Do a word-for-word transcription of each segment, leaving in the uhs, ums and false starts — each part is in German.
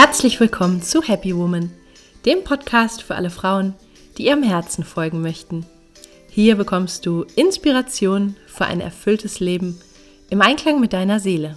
Herzlich willkommen zu Happy Woman, dem Podcast für alle Frauen, die ihrem Herzen folgen möchten. Hier bekommst du Inspiration für ein erfülltes Leben im Einklang mit deiner Seele.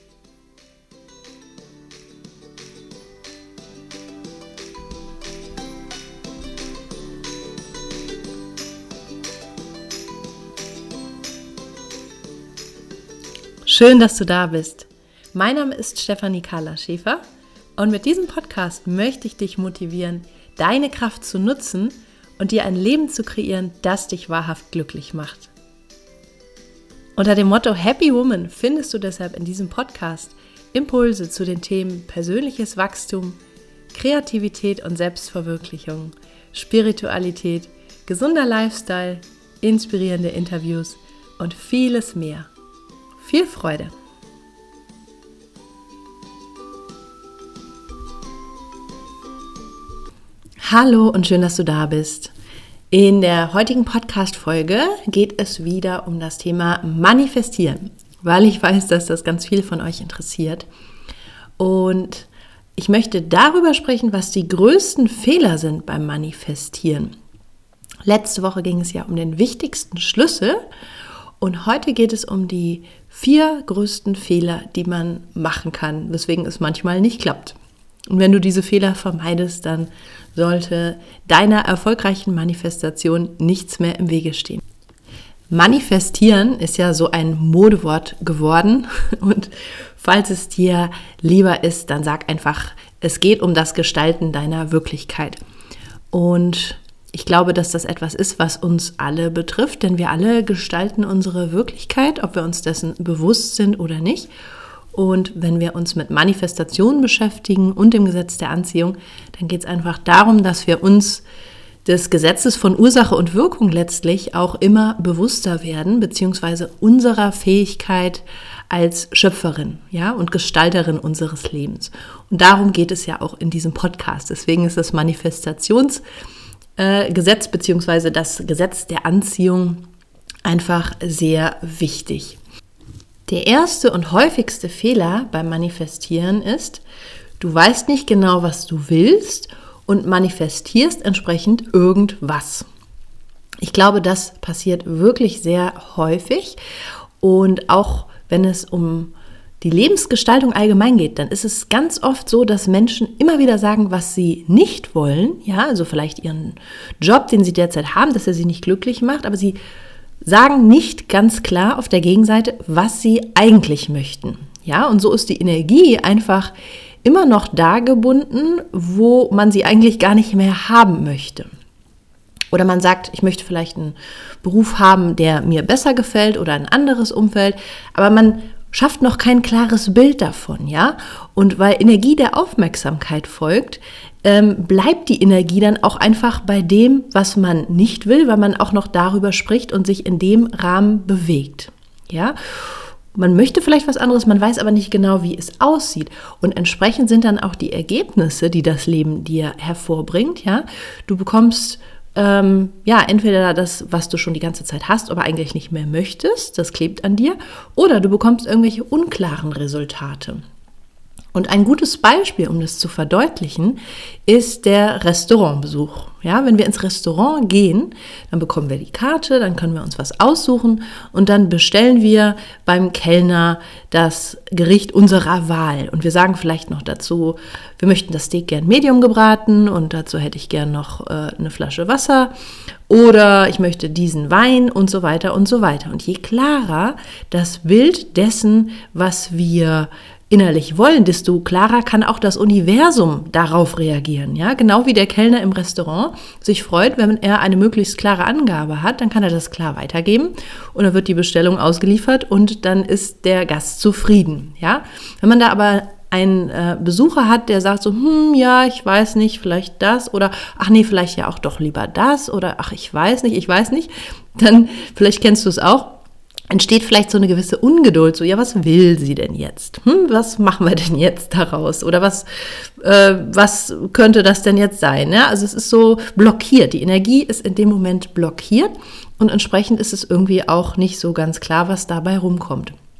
Schön, dass du da bist. Mein Name ist Stefanie Carla Schäfer und mit diesem Podcast möchte ich dich motivieren, deine Kraft zu nutzen und dir ein Leben zu kreieren, das dich wahrhaft glücklich macht. Unter dem Motto Happy Woman findest du deshalb in diesem Podcast Impulse zu den Themen persönliches Wachstum, Kreativität und Selbstverwirklichung, Spiritualität, gesunder Lifestyle, inspirierende Interviews und vieles mehr. Viel Freude! Hallo und schön, dass du da bist. In der heutigen Podcast-Folge geht es wieder um das Thema Manifestieren, weil ich weiß, dass das ganz viel von euch interessiert. Und ich möchte darüber sprechen, was die größten Fehler sind beim Manifestieren. Letzte Woche ging es ja um den wichtigsten Schlüssel und heute geht es um die vier größten Fehler, die man machen kann, weswegen es manchmal nicht klappt. Und wenn du diese Fehler vermeidest, dann sollte deiner erfolgreichen Manifestation nichts mehr im Wege stehen. Manifestieren ist ja so ein Modewort geworden und falls es dir lieber ist, dann sag einfach, es geht um das Gestalten deiner Wirklichkeit. Und ich glaube, dass das etwas ist, was uns alle betrifft, denn wir alle gestalten unsere Wirklichkeit, ob wir uns dessen bewusst sind oder nicht. Und wenn wir uns mit Manifestation beschäftigen und dem Gesetz der Anziehung, dann geht es einfach darum, dass wir uns des Gesetzes von Ursache und Wirkung letztlich auch immer bewusster werden, beziehungsweise unserer Fähigkeit als Schöpferin, ja, und Gestalterin unseres Lebens. Und darum geht es ja auch in diesem Podcast. Deswegen ist das Manifestationsgesetz äh, beziehungsweise das Gesetz der Anziehung einfach sehr wichtig. Der erste und häufigste Fehler beim Manifestieren ist, du weißt nicht genau, was du willst und manifestierst entsprechend irgendwas. Ich glaube, das passiert wirklich sehr häufig und auch wenn es um die Lebensgestaltung allgemein geht, dann ist es ganz oft so, dass Menschen immer wieder sagen, was sie nicht wollen, ja, also vielleicht ihren Job, den sie derzeit haben, dass er sie nicht glücklich macht, aber sie sagen nicht ganz klar auf der Gegenseite, was sie eigentlich möchten. Ja, und so ist die Energie einfach immer noch da gebunden, wo man sie eigentlich gar nicht mehr haben möchte. Oder man sagt, ich möchte vielleicht einen Beruf haben, der mir besser gefällt oder ein anderes Umfeld, aber man schafft noch kein klares Bild davon, ja? Und weil Energie der Aufmerksamkeit folgt, ähm, bleibt die Energie dann auch einfach bei dem, was man nicht will, weil man auch noch darüber spricht und sich in dem Rahmen bewegt, ja? Man möchte vielleicht was anderes, man weiß aber nicht genau, wie es aussieht. Und entsprechend sind dann auch die Ergebnisse, die das Leben dir hervorbringt, ja? Du bekommst Ähm, ja, entweder das, was du schon die ganze Zeit hast, aber eigentlich nicht mehr möchtest, das klebt an dir, oder du bekommst irgendwelche unklaren Resultate. Und ein gutes Beispiel, um das zu verdeutlichen, ist der Restaurantbesuch. Ja, wenn wir ins Restaurant gehen, dann bekommen wir die Karte, dann können wir uns was aussuchen und dann bestellen wir beim Kellner das Gericht unserer Wahl. Und wir sagen vielleicht noch dazu, wir möchten das Steak gern medium gebraten und dazu hätte ich gern noch äh, eine Flasche Wasser oder ich möchte diesen Wein und so weiter und so weiter. Und je klarer das Bild dessen, was wir innerlich wollen, desto klarer kann auch das Universum darauf reagieren. Ja? Genau wie der Kellner im Restaurant sich freut, wenn er eine möglichst klare Angabe hat, dann kann er das klar weitergeben und dann wird die Bestellung ausgeliefert und dann ist der Gast zufrieden. Ja? Wenn man da aber einen äh, Besucher hat, der sagt so, hm, ja, ich weiß nicht, vielleicht das oder ach nee, vielleicht ja auch doch lieber das oder ach, ich weiß nicht, ich weiß nicht, dann, vielleicht kennst du es auch, entsteht vielleicht so eine gewisse Ungeduld, so, ja, was will sie denn jetzt? Hm, was machen wir denn jetzt daraus? Oder was, äh, was könnte das denn jetzt sein? Ja, also es ist so blockiert, die Energie ist in dem Moment blockiert und entsprechend ist es irgendwie auch nicht so ganz klar, was dabei rumkommt.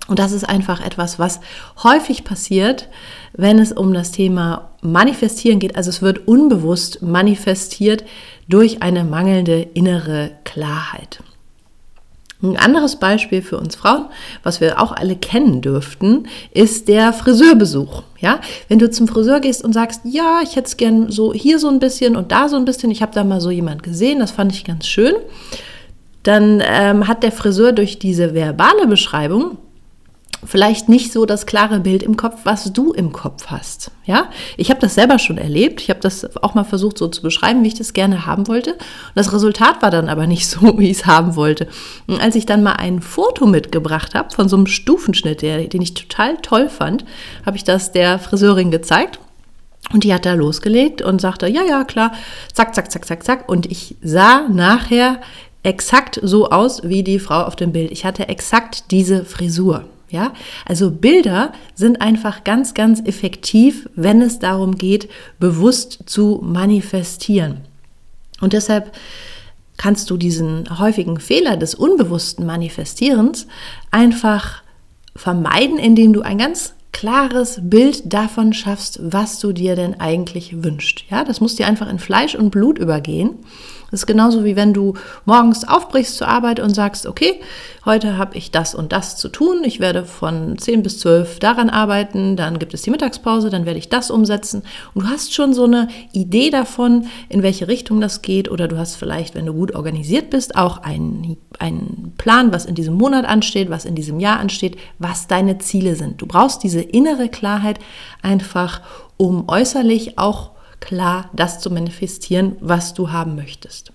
Und das ist einfach etwas, was häufig passiert, wenn es um das Thema Manifestieren geht. Also es wird unbewusst manifestiert durch eine mangelnde innere Klarheit. Ein anderes Beispiel für uns Frauen, was wir auch alle kennen dürften, ist der Friseurbesuch. Ja, wenn du zum Friseur gehst und sagst, ja, ich hätte es gern so hier so ein bisschen und da so ein bisschen, ich habe da mal so jemand gesehen, das fand ich ganz schön, dann ähm, hat der Friseur durch diese verbale Beschreibung vielleicht nicht so das klare Bild im Kopf, was du im Kopf hast. Ja, ich habe das selber schon erlebt. Ich habe das auch mal versucht so zu beschreiben, wie ich das gerne haben wollte. Und das Resultat war dann aber nicht so, wie ich es haben wollte. Und als ich dann mal ein Foto mitgebracht habe von so einem Stufenschnitt, der, den ich total toll fand, habe ich das der Friseurin gezeigt. Und die hat da losgelegt und sagte, ja, ja, klar, zack, zack, zack, zack, zack. Und ich sah nachher exakt so aus wie die Frau auf dem Bild. Ich hatte exakt diese Frisur. Ja, also Bilder sind einfach ganz, ganz effektiv, wenn es darum geht, bewusst zu manifestieren. Und deshalb kannst du diesen häufigen Fehler des unbewussten Manifestierens einfach vermeiden, indem du ein ganz klares Bild davon schaffst, was du dir denn eigentlich wünschst. Ja, das muss dir einfach in Fleisch und Blut übergehen. Das ist genauso wie wenn du morgens aufbrichst zur Arbeit und sagst, okay, heute habe ich das und das zu tun, ich werde von zehn bis zwölf daran arbeiten, dann gibt es die Mittagspause, dann werde ich das umsetzen und du hast schon so eine Idee davon, in welche Richtung das geht, oder du hast vielleicht, wenn du gut organisiert bist, auch einen, einen Plan, was in diesem Monat ansteht, was in diesem Jahr ansteht, was deine Ziele sind. Du brauchst diese innere Klarheit einfach, um äußerlich auch klar das zu manifestieren, was du haben möchtest.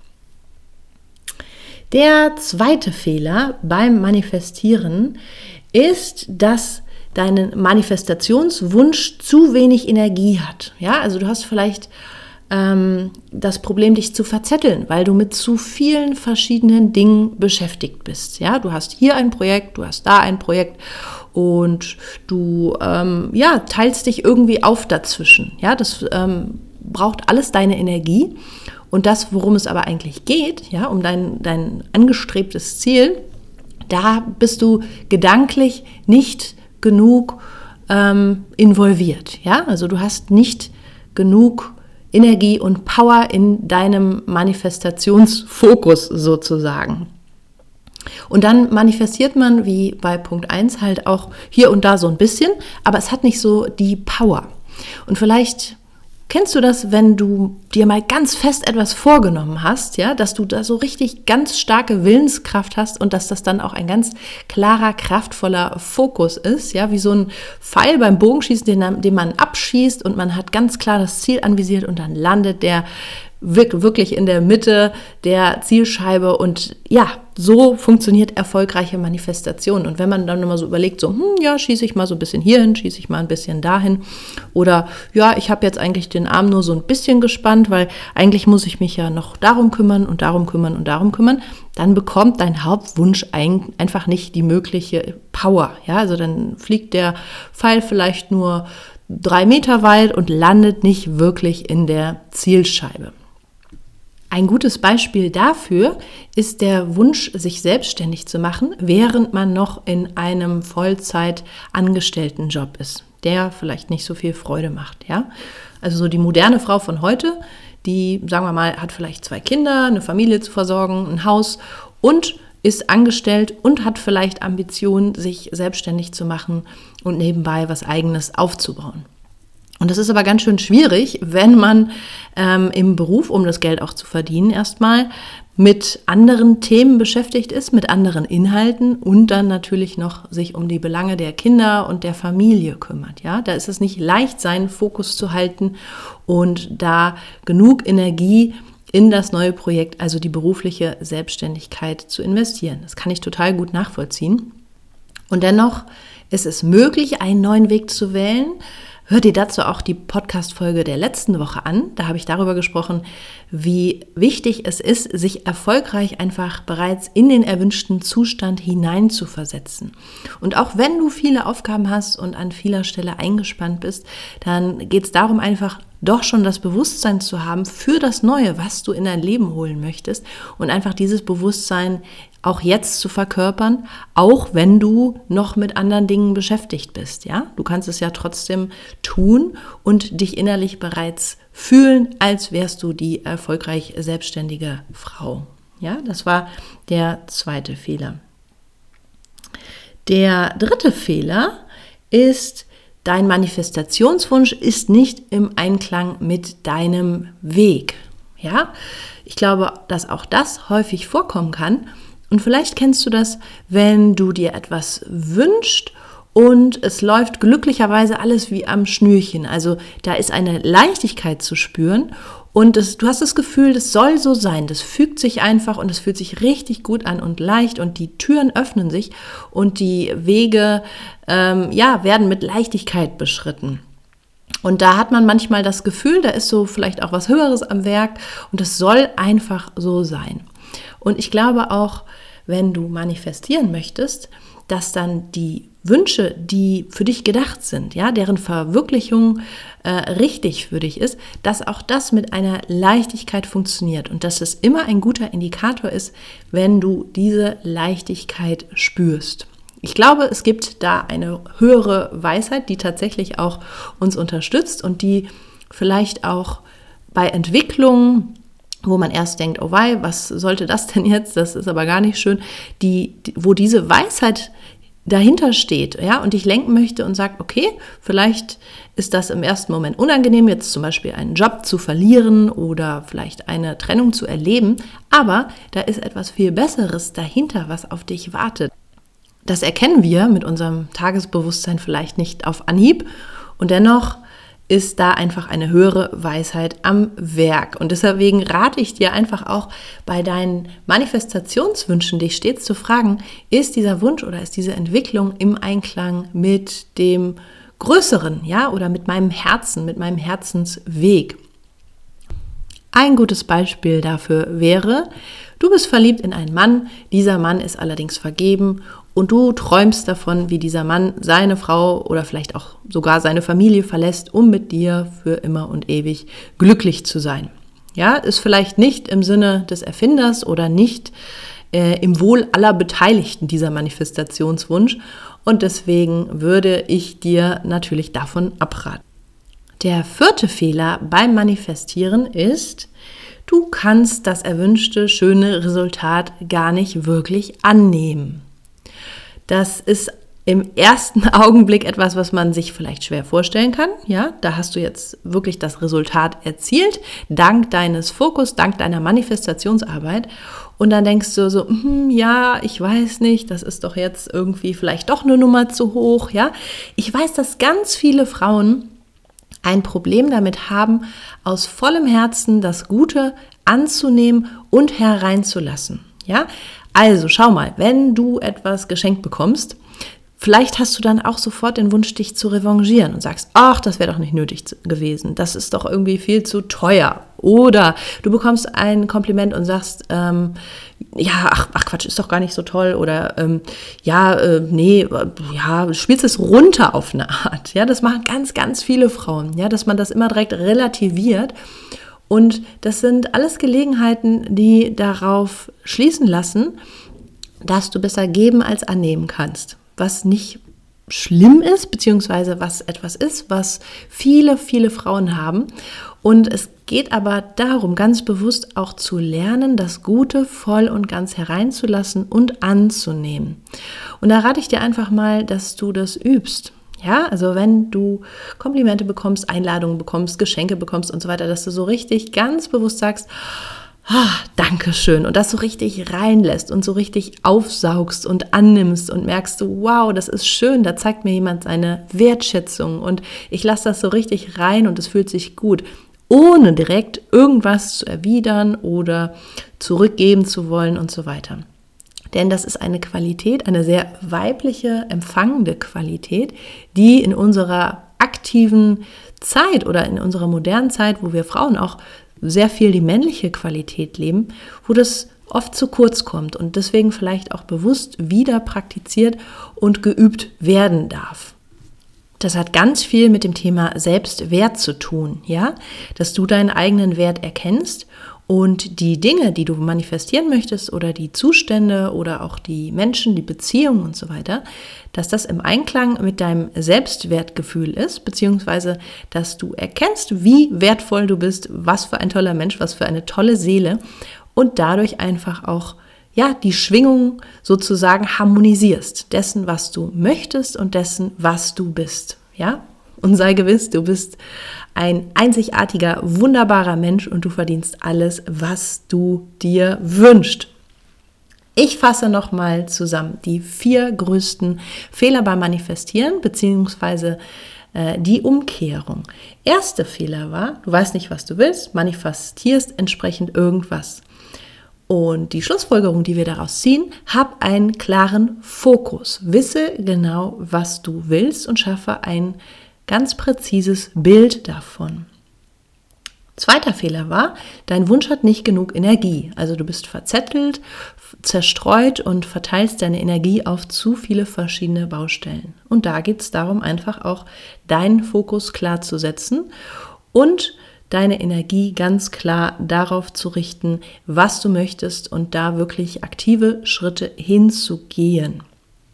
Der zweite Fehler beim Manifestieren ist, dass dein Manifestationswunsch zu wenig Energie hat. Ja, also du hast vielleicht ähm, das Problem, dich zu verzetteln, weil du mit zu vielen verschiedenen Dingen beschäftigt bist. Ja, du hast hier ein Projekt, du hast da ein Projekt und du ähm, ja, teilst dich irgendwie auf dazwischen. Ja, das ähm, braucht alles deine Energie, und das, worum es aber eigentlich geht, ja, um dein, dein angestrebtes Ziel, da bist du gedanklich nicht genug ähm, involviert, ja, also du hast nicht genug Energie und Power in deinem Manifestationsfokus sozusagen. Und dann manifestiert man, wie bei Punkt eins, halt auch hier und da so ein bisschen, aber es hat nicht so die Power. Und vielleicht kennst du das, wenn du dir mal ganz fest etwas vorgenommen hast, ja, dass du da so richtig ganz starke Willenskraft hast und dass das dann auch ein ganz klarer, kraftvoller Fokus ist, ja, wie so ein Pfeil beim Bogenschießen, den, den man abschießt und man hat ganz klar das Ziel anvisiert und dann landet der wirklich in der Mitte der Zielscheibe, und ja, so funktioniert erfolgreiche Manifestation. Und wenn man dann immer so überlegt, so, hm, ja, schieße ich mal so ein bisschen hierhin, schieße ich mal ein bisschen dahin, oder ja, ich habe jetzt eigentlich den Arm nur so ein bisschen gespannt, weil eigentlich muss ich mich ja noch darum kümmern und darum kümmern und darum kümmern, dann bekommt dein Hauptwunsch ein, einfach nicht die mögliche Power. Ja, also dann fliegt der Pfeil vielleicht nur drei Meter weit und landet nicht wirklich in der Zielscheibe. Ein gutes Beispiel dafür ist der Wunsch, sich selbstständig zu machen, während man noch in einem Vollzeit-Angestelltenjob ist, der vielleicht nicht so viel Freude macht. Ja? Also so die moderne Frau von heute, die, sagen wir mal, hat vielleicht zwei Kinder, eine Familie zu versorgen, ein Haus und ist angestellt und hat vielleicht Ambitionen, sich selbstständig zu machen und nebenbei was Eigenes aufzubauen. Und das ist aber ganz schön schwierig, wenn man ähm, im Beruf, um das Geld auch zu verdienen, erstmal mit anderen Themen beschäftigt ist, mit anderen Inhalten und dann natürlich noch sich um die Belange der Kinder und der Familie kümmert. Ja, da ist es nicht leicht, seinen Fokus zu halten und da genug Energie in das neue Projekt, also die berufliche Selbstständigkeit, zu investieren. Das kann ich total gut nachvollziehen. Und dennoch ist es möglich, einen neuen Weg zu wählen. Hör dir dazu auch die Podcast-Folge der letzten Woche an. Da habe ich darüber gesprochen, wie wichtig es ist, sich erfolgreich einfach bereits in den erwünschten Zustand hineinzuversetzen. Und auch wenn du viele Aufgaben hast und an vieler Stelle eingespannt bist, dann geht es darum, einfach doch schon das Bewusstsein zu haben für das Neue, was du in dein Leben holen möchtest, und einfach dieses Bewusstsein auch jetzt zu verkörpern, auch wenn du noch mit anderen Dingen beschäftigt bist. Ja? Du kannst es ja trotzdem tun und dich innerlich bereits fühlen, als wärst du die erfolgreich selbstständige Frau. Ja, das war der zweite Fehler. Der dritte Fehler ist, dein Manifestationswunsch ist nicht im Einklang mit deinem Weg. Ja, ich glaube, dass auch das häufig vorkommen kann. Und vielleicht kennst du das, wenn du dir etwas wünschst und es läuft glücklicherweise alles wie am Schnürchen. Also da ist eine Leichtigkeit zu spüren und das, du hast das Gefühl, das soll so sein. Das fügt sich einfach und es fühlt sich richtig gut an und leicht und die Türen öffnen sich und die Wege ähm, ja, werden mit Leichtigkeit beschritten. Und da hat man manchmal das Gefühl, da ist so vielleicht auch was Höheres am Werk und das soll einfach so sein. Und ich glaube auch, wenn du manifestieren möchtest, dass dann die Wünsche, die für dich gedacht sind, ja, deren Verwirklichung äh, richtig für dich ist, dass auch das mit einer Leichtigkeit funktioniert und dass es immer ein guter Indikator ist, wenn du diese Leichtigkeit spürst. Ich glaube, es gibt da eine höhere Weisheit, die tatsächlich auch uns unterstützt und die vielleicht auch bei Entwicklungen, wo man erst denkt, oh wei, was sollte das denn jetzt? Das ist aber gar nicht schön. Die, die, wo diese Weisheit dahinter steht, ja, und dich lenken möchte und sagt, okay, vielleicht ist das im ersten Moment unangenehm, jetzt zum Beispiel einen Job zu verlieren oder vielleicht eine Trennung zu erleben, aber da ist etwas viel Besseres dahinter, was auf dich wartet. Das erkennen wir mit unserem Tagesbewusstsein vielleicht nicht auf Anhieb und dennoch ist da einfach eine höhere Weisheit am Werk. Und deswegen rate ich dir einfach auch bei deinen Manifestationswünschen, dich stets zu fragen, ist dieser Wunsch oder ist diese Entwicklung im Einklang mit dem Größeren, ja, oder mit meinem Herzen, mit meinem Herzensweg. Ein gutes Beispiel dafür wäre, du bist verliebt in einen Mann, dieser Mann ist allerdings vergeben und du träumst davon, wie dieser Mann seine Frau oder vielleicht auch sogar seine Familie verlässt, um mit dir für immer und ewig glücklich zu sein. Ja, ist vielleicht nicht im Sinne des Erfinders oder nicht äh, im Wohl aller Beteiligten dieser Manifestationswunsch und deswegen würde ich dir natürlich davon abraten. Der vierte Fehler beim Manifestieren ist, du kannst das erwünschte schöne Resultat gar nicht wirklich annehmen. Das ist im ersten Augenblick etwas, was man sich vielleicht schwer vorstellen kann. Ja, da hast du jetzt wirklich das Resultat erzielt, dank deines Fokus, dank deiner Manifestationsarbeit. Und dann denkst du so, hm, ja, ich weiß nicht, das ist doch jetzt irgendwie vielleicht doch eine Nummer zu hoch. Ja, ich weiß, dass ganz viele Frauen ein Problem damit haben, aus vollem Herzen das Gute anzunehmen und hereinzulassen. Ja, also schau mal, wenn du etwas geschenkt bekommst, vielleicht hast du dann auch sofort den Wunsch, dich zu revanchieren und sagst, ach, das wäre doch nicht nötig gewesen, das ist doch irgendwie viel zu teuer. Oder du bekommst ein Kompliment und sagst, ähm, ja, ach, ach Quatsch, ist doch gar nicht so toll. Oder ähm, ja, äh, nee, ja, spielst es runter auf eine Art. Ja, das machen ganz, ganz viele Frauen, ja, dass man das immer direkt relativiert. Und das sind alles Gelegenheiten, die darauf schließen lassen, dass du besser geben als annehmen kannst. Was nicht schlimm ist, beziehungsweise was etwas ist, was viele, viele Frauen haben. Und es geht aber darum, ganz bewusst auch zu lernen, das Gute voll und ganz hereinzulassen und anzunehmen. Und da rate ich dir einfach mal, dass du das übst. Ja, also wenn du Komplimente bekommst, Einladungen bekommst, Geschenke bekommst und so weiter, dass du so richtig ganz bewusst sagst, ah, Dankeschön, und das so richtig reinlässt und so richtig aufsaugst und annimmst und merkst du, wow, das ist schön, da zeigt mir jemand seine Wertschätzung und ich lasse das so richtig rein und es fühlt sich gut, ohne direkt irgendwas zu erwidern oder zurückgeben zu wollen und so weiter. Denn das ist eine Qualität, eine sehr weibliche, empfangende Qualität, die in unserer aktiven Zeit oder in unserer modernen Zeit, wo wir Frauen auch sehr viel die männliche Qualität leben, wo das oft zu kurz kommt und deswegen vielleicht auch bewusst wieder praktiziert und geübt werden darf. Das hat ganz viel mit dem Thema Selbstwert zu tun, ja, dass du deinen eigenen Wert erkennst Und die Dinge, die du manifestieren möchtest oder die Zustände oder auch die Menschen, die Beziehungen und so weiter, dass das im Einklang mit deinem Selbstwertgefühl ist, beziehungsweise dass du erkennst, wie wertvoll du bist, was für ein toller Mensch, was für eine tolle Seele und dadurch einfach auch ja, die Schwingung sozusagen harmonisierst, dessen, was du möchtest und dessen, was du bist, ja? Und sei gewiss, du bist ein einzigartiger, wunderbarer Mensch und du verdienst alles, was du dir wünschst. Ich fasse nochmal zusammen die vier größten Fehler beim Manifestieren, beziehungsweise äh, die Umkehrung. Erster Fehler war, du weißt nicht, was du willst, manifestierst entsprechend irgendwas. Und die Schlussfolgerung, die wir daraus ziehen, hab einen klaren Fokus. Wisse genau, was du willst und schaffe ein ganz präzises Bild davon. Zweiter Fehler war, dein Wunsch hat nicht genug Energie. Also du bist verzettelt, zerstreut und verteilst deine Energie auf zu viele verschiedene Baustellen. Und da geht es darum, einfach auch deinen Fokus klar zu setzen und deine Energie ganz klar darauf zu richten, was du möchtest und da wirklich aktive Schritte hinzugehen.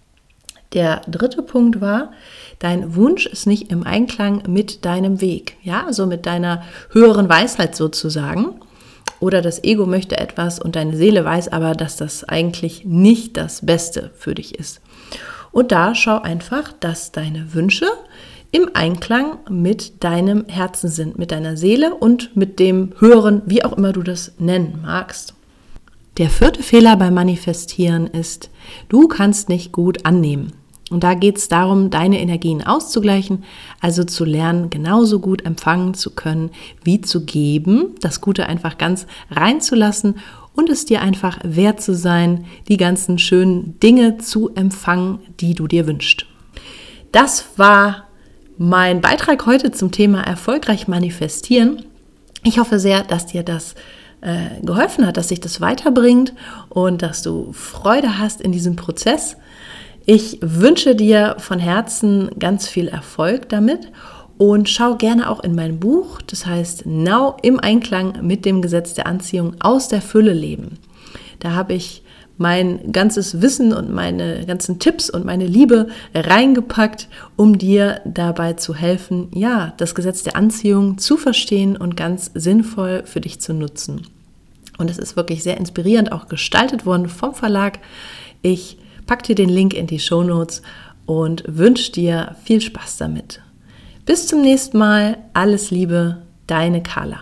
Der dritte Punkt war, dein Wunsch ist nicht im Einklang mit deinem Weg, ja, also mit deiner höheren Weisheit sozusagen. Oder das Ego möchte etwas und deine Seele weiß aber, dass das eigentlich nicht das Beste für dich ist. Und da schau einfach, dass deine Wünsche im Einklang mit deinem Herzen sind, mit deiner Seele und mit dem Höheren, wie auch immer du das nennen magst. Der vierte Fehler beim Manifestieren ist, du kannst nicht gut annehmen. Und da geht es darum, deine Energien auszugleichen, also zu lernen, genauso gut empfangen zu können, wie zu geben, das Gute einfach ganz reinzulassen und es dir einfach wert zu sein, die ganzen schönen Dinge zu empfangen, die du dir wünschst. Das war mein Beitrag heute zum Thema erfolgreich manifestieren. Ich hoffe sehr, dass dir das äh, geholfen hat, dass sich das weiterbringt und dass du Freude hast in diesem Prozess. Ich wünsche dir von Herzen ganz viel Erfolg damit und schau gerne auch in mein Buch, das heißt Now im Einklang mit dem Gesetz der Anziehung aus der Fülle leben. Da habe ich mein ganzes Wissen und meine ganzen Tipps und meine Liebe reingepackt, um dir dabei zu helfen, ja, das Gesetz der Anziehung zu verstehen und ganz sinnvoll für dich zu nutzen. Und es ist wirklich sehr inspirierend auch gestaltet worden vom Verlag. Ich pack dir den Link in die Shownotes und wünsche dir viel Spaß damit. Bis zum nächsten Mal. Alles Liebe, deine Carla.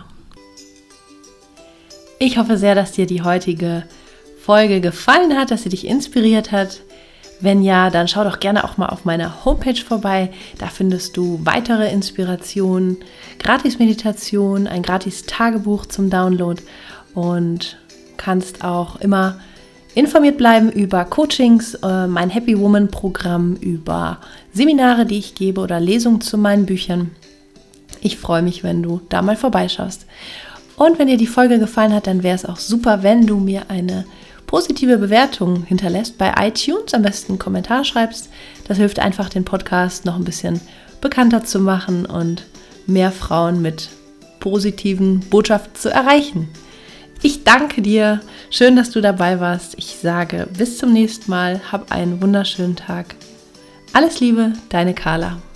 Ich hoffe sehr, dass dir die heutige Folge gefallen hat, dass sie dich inspiriert hat. Wenn ja, dann schau doch gerne auch mal auf meiner Homepage vorbei. Da findest du weitere Inspirationen, Gratis-Meditation, ein Gratis-Tagebuch zum Download und kannst auch immer informiert bleiben über Coachings, mein Happy Woman Programm, über Seminare, die ich gebe oder Lesungen zu meinen Büchern. Ich freue mich, wenn du da mal vorbeischaust. Und wenn dir die Folge gefallen hat, dann wäre es auch super, wenn du mir eine positive Bewertung hinterlässt bei iTunes, am besten einen Kommentar schreibst. Das hilft einfach, den Podcast noch ein bisschen bekannter zu machen und mehr Frauen mit positiven Botschaften zu erreichen. Ich danke dir. Schön, dass du dabei warst. Ich sage bis zum nächsten Mal. Hab einen wunderschönen Tag. Alles Liebe, deine Carla.